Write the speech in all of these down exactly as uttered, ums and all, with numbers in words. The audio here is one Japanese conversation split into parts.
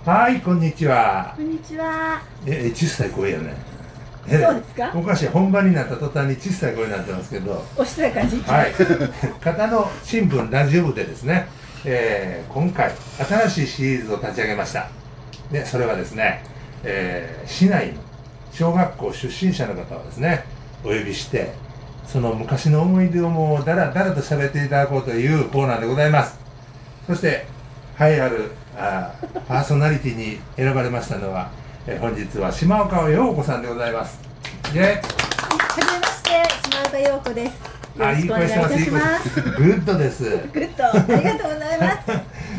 はい、こんにちは。 こんにちは。 え、小さい声やね。 えそうですか。 おかしい、本番になった途端に小さい声になってますけど。 おしとやかに。 はい。片野新聞ラジオ部でですね、えー、今回新しいシリーズを立ち上げました。で、それはですね、えー、市内の小学校出身者の方をですね、お呼びして、その昔の思い出をもうだらだらと喋っていただこうというコーナーでございます。そして、栄えあるあパーソナリティに選ばれましたのは、えー、本日は島岡陽子さんでございます。で、 はじめまして、島岡陽子です。よろしくお願いいたします。 グッドです。 グッド、ありがとうございます。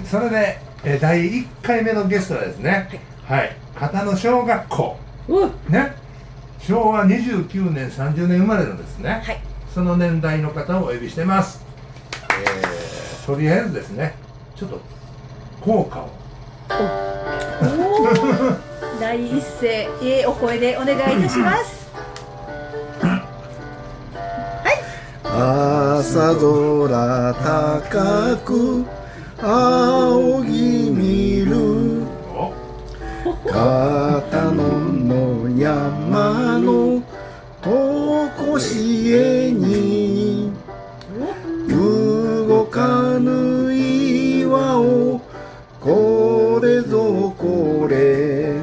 それで、えー、だいいっかいめのゲストはですね、はい、はい、片野小学校、ね、しょうわにじゅうきゅうねん、さんじゅうねん生まれのですね、はい、その年代の方をお呼びしてます。えー、とりあえずですね、ちょっと効果を。 おお第一声、ええお声でお願いいたします。はい。 朝空高く仰ぎ見る片野の山のとこしえに動かぬ岩をこれぞこれ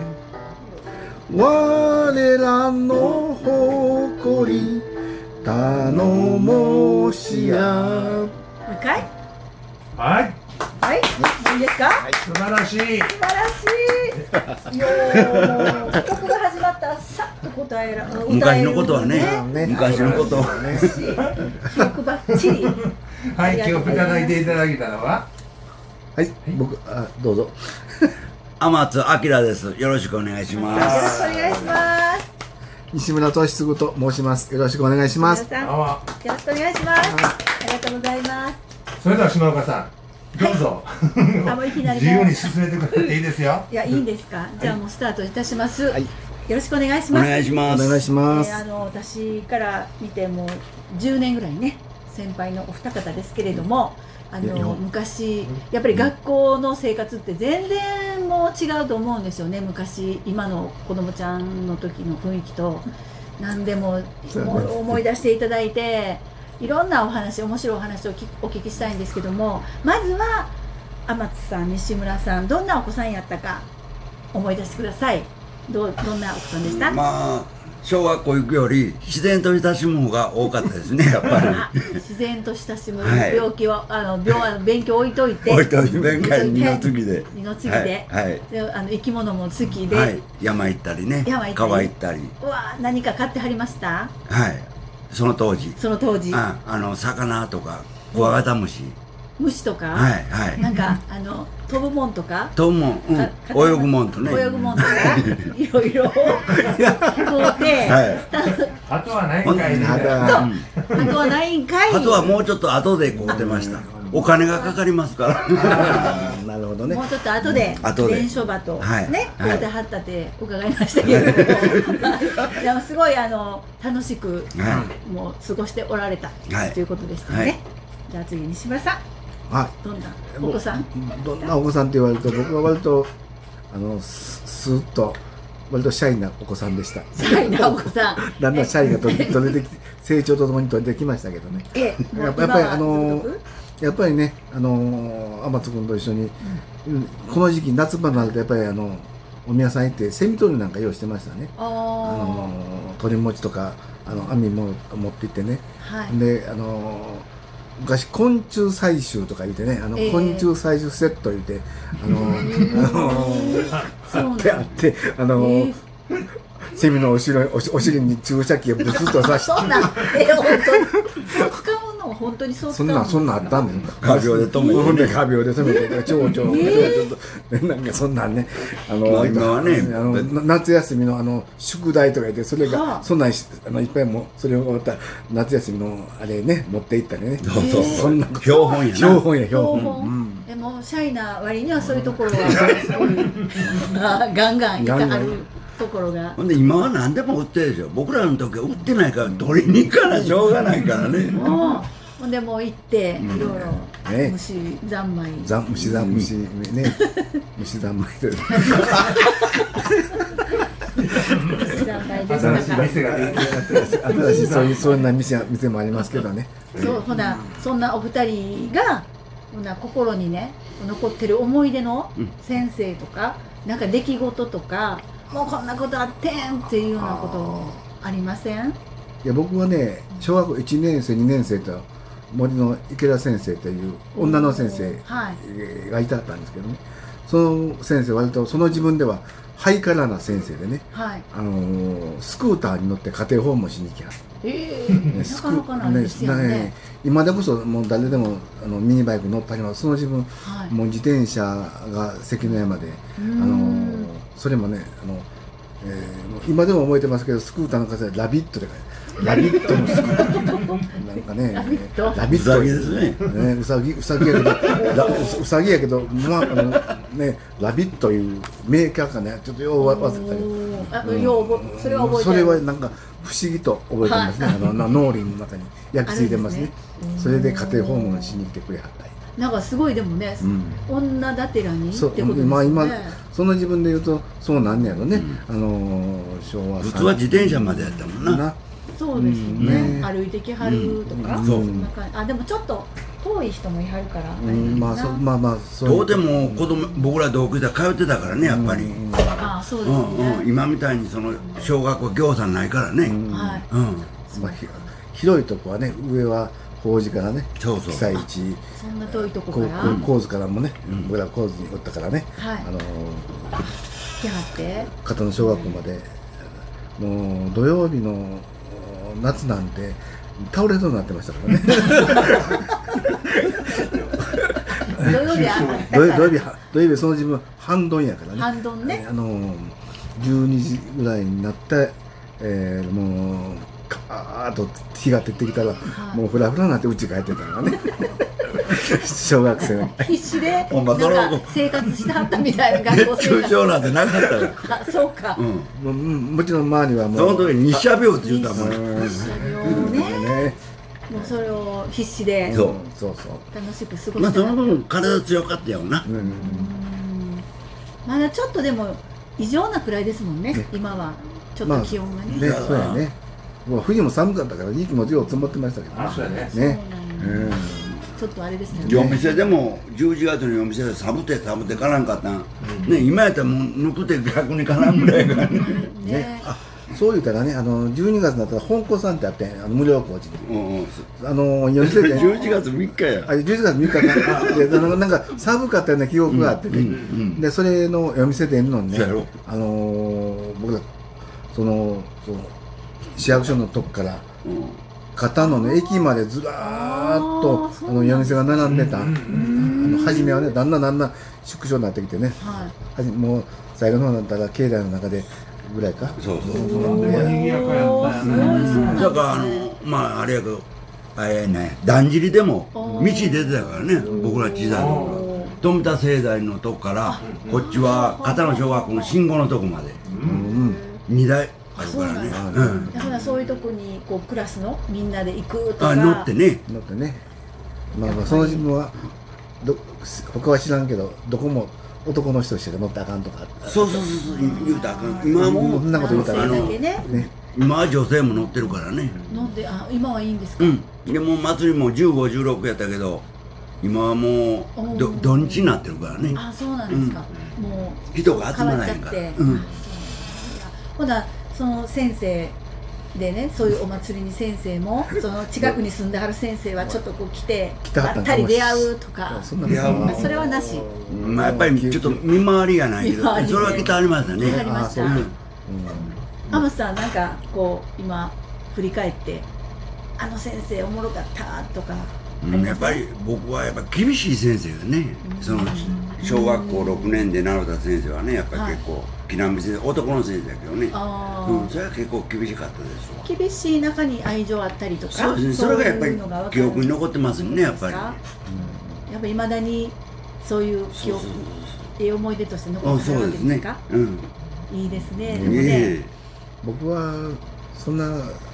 我らの誇り頼もしや。 もう一回。 はい。 はい。いいですか。 はい、素晴らしい。素晴らしい。よー。曲が始まったらさっと答えら。 昔のことはね。昔のことはね。 記憶ばっちり。 はい、記憶いただいていただいたのは。 はい、僕、あ、どうぞ。 天津明です。よろしくお願いします。 よろしくお願いします。 西村俊嗣と申します。よろしくお願いします。 よろしくお願いします。ありがとうございます。 それでは島岡さん、どうぞ。 はい、いきなり自由に進めてくれていいですよ。 いや、いいんですか。じゃあもうスタートいたします。はい、よろしくお願いします。 お願いします。 お願いします。 えー、あの私から見てもじゅうねんぐらいね、先輩のお二方ですけれども。あの昔やっぱり学校の生活って全然もう違うと思うんですよね。昔今の子供ちゃんの時の雰囲気と何でも思い出していただいて、いろんなお話、面白いお話をお聞きしたいんですけども、まずは天津さん、西村さん、どんなお子さんやったか思い出してください。どうどんなお子さんでした？ まあ小学校行くより自然と親しむ方が多かったですね、やっぱり。自然と親しむ、はい、病気はあの病勉強置いといて、 置いといて勉強二の次で、 二の次で、はい、はい、であの生き物も好きで、はい、 山行ったりね、川行ったり。 うわ、何か買ってはりました？ はい、その当時。 その当時。 あ、あの魚とかクワガタムシ。 虫とか、 はいはい、 なんかあの飛ぶもんとか、 飛ぶもん、うん、泳ぐもんとね、 泳ぐもんとかいろいろこうで、 あとはないんかいね。 あとはないんかい。 あとはもうちょっと後でこう出ました。お金がかかりますから。 なるほどね。 もうちょっと後で伝書バとね、こうではったって伺いましたけれども、でもすごいあの楽しくもう過ごしておられたということでしたね。じゃあ次西村さん。 はい、 どんなお子さん？ どんなお子さんって言われると、僕は割とあのスーッと割とシャイなお子さんでした。 シャイなお子さん。 だんだんシャイが取れ取れてき成長とともに取れてきましたけどね。 ええ、 やっぱりあのやっぱりね、あの天津君と一緒に、うん、この時期夏場になるとやっぱりあのお宮さん行ってセミ取りなんか用意してましたね。あの鳥餅とかあの網も持って行ってね。はい、であの昔昆虫採集とか言ってね、あの、えー、昆虫採集セット言って、あのー、あのー、あってあって、あのーえー、セミのお尻お尻に注射器をブスッと刺して。 そんな、えー、本当に使うの本当にそう使うの？ そんなそんなあったんだよ。 画鋲で止めて、 ほんで画鋲で止めて、ちょうちょう、ちょっとなんかそんなんね、あの今はね、 あの夏休みのあの宿題とか言って、それがそんなんあのいっぱいもそれをまた夏休みのあれね持って行ったりね。 そうそう、そんな標本やな。 標本や標本。 でもシャイな割にはそういうところはすごいガンガンいかはる。ところがほんで今は何でも売ってるでしょ。僕らの時は売ってないから取りに行かなしょうがないからね。 もうほんでもう行っていろいろね虫三昧ざん虫ざん虫ね虫三昧という虫三昧で新しいしたか店ができて新しいそういうそんな店店もありますけどね。 そうほなそんなお二人がほな心にね残ってる思い出の先生とか、なんか出来事とかもうこんなことあってんっていうようなことありません？ いや僕はね小学校いちねん生にねん生と森の池田先生という女の先生はいがいたったんですけどね、その先生割とその自分ではハイカラな先生でね、 はいあのースクーターに乗って家庭訪問しに行きはる。 ええねなかなかなんですよね。 今でこそもう誰でもあのミニバイク乗ったります。その自分、 はいもう自転車が関の山で、あうーんのそれもねあの、えー今でも覚えてますけど、スクーターの数でラビットで書いてラビットのスクーターなんかねラビットラビットうさぎですねねうさぎうさぎやけどラうさぎやけどまああのねラビットいうメーカーかねちょっとよう忘れたけど。 おーあよう覚えそれは覚えてそるれはなんか不思議と覚えてますね、 はいあのな脳裏の中に焼き付いてますね。 あるんですねそれで家庭訪問しに来てくれはったり、 なんかすごいでもね、 うん女だてらにってそうことですよね。 まあ今その自分で言うとそうなんねやろね、 うんあのー昭和普通は自転車までやったもんな。 なそうですようんね。 ね歩いてきはるとか、 うんそそんな感じ。あでもちょっと遠い人もいはるから。 うんまあそまあまあそうどうでも子供僕ら同級生通ってたからねやっぱり。 うんああそうですうんうん、 ね。 今みたいにその小学校行さんないからね。 うんはい。 うん、 まあひ広いとこはね上は法事からねそうそう被災地そんな遠いとここうから。 こう神津からもね、 うん僕ら神津におったからね、 はいあのー来はって。 片野小学校まで、もう土曜日の夏なんて倒れそうになってましたからね土曜日あった土曜から土曜日土曜日その自分半ドンやからね半ドンねあのじゅうにじぐらいになって、えーもうカーッと日が照ってきたら、 はいもうフラフラになってうち帰ってたからね小学生の必死でほんまそれはなんか生活してはったみたいな学校熱生活。 中症なんてなかったから。 あそうか。 うん、 もううんもちろん周りはもうその時日射病って言うたもん。 うん一緒うんね。 ねもうそれを必死でそうそうそう楽しく過ごまあそしてはった。 の分体強かったよな。 うんうんまだちょっとでも異常なくらいですもんね、 ね今はちょっまあと気温がね。 ねそうやねもう冬も寒かったから雪もよう積もってましたけどあそうやねそうなんねうんやちょっとあれですね。 夜店でもじゅういちがつの夜店で寒て寒てからんかったん、ね今やったらもうぬくて逆にからんぐらいやからね。 ねねあそう言ったらねあのじゅうにがつになったら本校さんってあってあの無料工事にうんうん。 あの夜店でじゅういちがつみっかや。 あじゅういちがつみっかかであのなんか寒かったような記憶があってね、 うんうんでそれの夜店でんのにねそうやろあのー僕らそのその市役所のとこからうん片野の駅までずらーっとあーそうあの夜店が並んでた、 うんうんうんあの初めはねだんだんだんだん縮小になってきてねはい。 はじもう最後の方になったら境内の中でぐらいかそうそう。 なんでも賑やかやおーったすごいそうなんですね。 だからあのまああれやけどあれねだんじりでもお道ー出てたからね僕ら小さい頃おー富田製材のとこからこっちは片野小学校の信号のとこまでうんにだいあるからねあそうなんうんだからそういうとこにこうクラスのみんなで行くとか。 あ乗ってね乗ってねまあまあその自分はど他は知らんけどどこも男の人しか乗ったらあかんとかそうそうそうそう言うたらあかん今はもそんなこと言うたら男性あのだけねね今は女性も乗ってるからね飲んであ今はいいんですか。 うんでも祭りもじゅうご、じゅうろくやったけど今はもうど土日になってるからねあそうなんですか。もう人が集まらへんから変わっちゃって。 うんあそうなんだほなその先生でねそういうお祭りに先生もその近くに住んではる先生はちょっとこう来て来てはっばったんかもしたり出会うとか。 そんな出会うあそれはなしまあやっぱりちょっと見回りやないけど見回りねそれは来てありましたね見回りましたあそううんアマスさんなんかこう今振り返ってあの先生おもろかったとかありますうんやっぱり僕はやっぱ厳しい先生がねその小学校ろくねんで習った先生はねやっぱり結構木南先生男の先生だけどねあうん、 ーそれは結構厳しかったですわ厳しい中に愛情あったりとかそうですねそれがやっぱりそういうのが分かる記憶に残ってますねやっぱりですかやっぱいまだにそういう記憶そうそうええ思い出として残あってるわそうですねけですかうんいいですねでいもねえ僕はそんな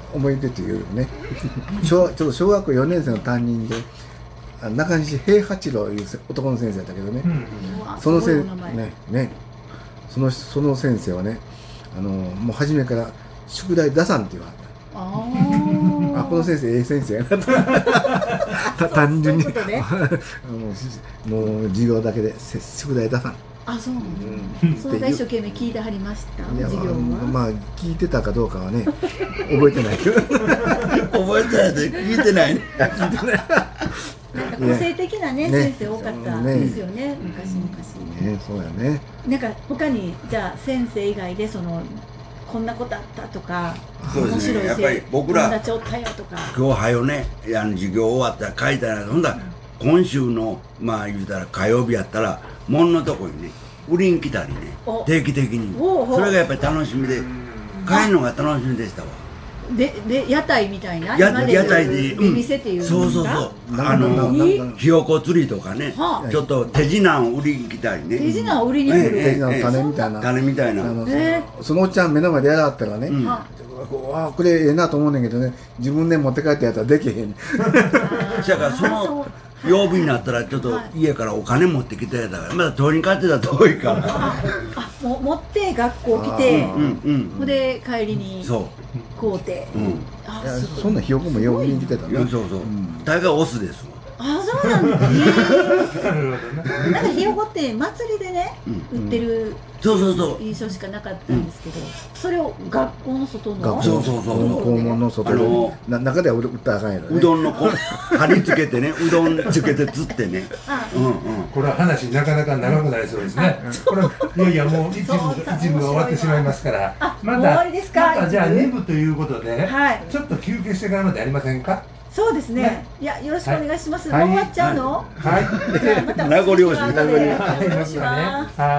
思い出というよりね小ちょっと小学校よねん生の担任であ中西平八郎いう男の先生だったけどね、 うんうんうわそのせすごいお名前ねねそのその先生はねあのもう初めから宿題出さんって言われた。 ああこの先生ええ先生やなと単純にそういうことねもうもう授業だけでせ宿題出さん、 あそう、 うんその一生懸命聞いてはりましたいや授業は、 まあ聞いてたかどうかはね覚えてないけど覚えてないで聞いてないね。 なんか個性的なねね先生多かったですよね、昔昔、 ねそうやねなんか他にじゃあ先生以外でそのこんなことあったとかそうですね面白いやっぱり僕ら友達おったよとか今日はよねあの授業終わったら書いたらほんだら今週のまあ言うたら火曜日やったら門のとこにね売りに来たりねお定期的におうおうそれがやっぱり楽しみで帰るのが楽しみでしたわ。 でで屋台みたいなや今で屋台で、 出店っていうそうそうそうあのいいひよこ釣りとかねはあちょっと手品を売りに来たりね手品を売りに来る、 ええ手品の種みたいな種みたいなあのえそのおっちゃん目の前でやらはったらね、 うんはこうあこれええなと思うねんけどね自分で持って帰ってやったらできへんあそやからその曜日になったらちょっと家からお金持ってきてたからまだ取りに帰ってたら遠いからああもう持って学校来てあーうんうんほんで帰りにそ買うてううんあいやすごいそんなひよこもよう見に来てたないやそうそう大概オスですわあそうなんだねなるほどね。 なんかひよこって祭りでねうん売ってるそうそうそう印象しかなかったんですけど、それを学校の外の学校そうそうそうそう校門の外で、 あのな中では売ったらあかんやろねうどんのこ貼り付けてねうどんつけて釣ってねあうんうんこれは話なかなか長くなりそうですね。これいやいやもう一部そう一部が終わってしまいますからあ、 まもう終わりですかまたじゃあ一部二部ということで、 はいちょっと休憩してからまでやりませんか。 そうですねねいやよろしくお願いします、 はいもう終わっちゃうの、 はい。 じゃあまた名残惜しい後ではい、 お願いしますはい。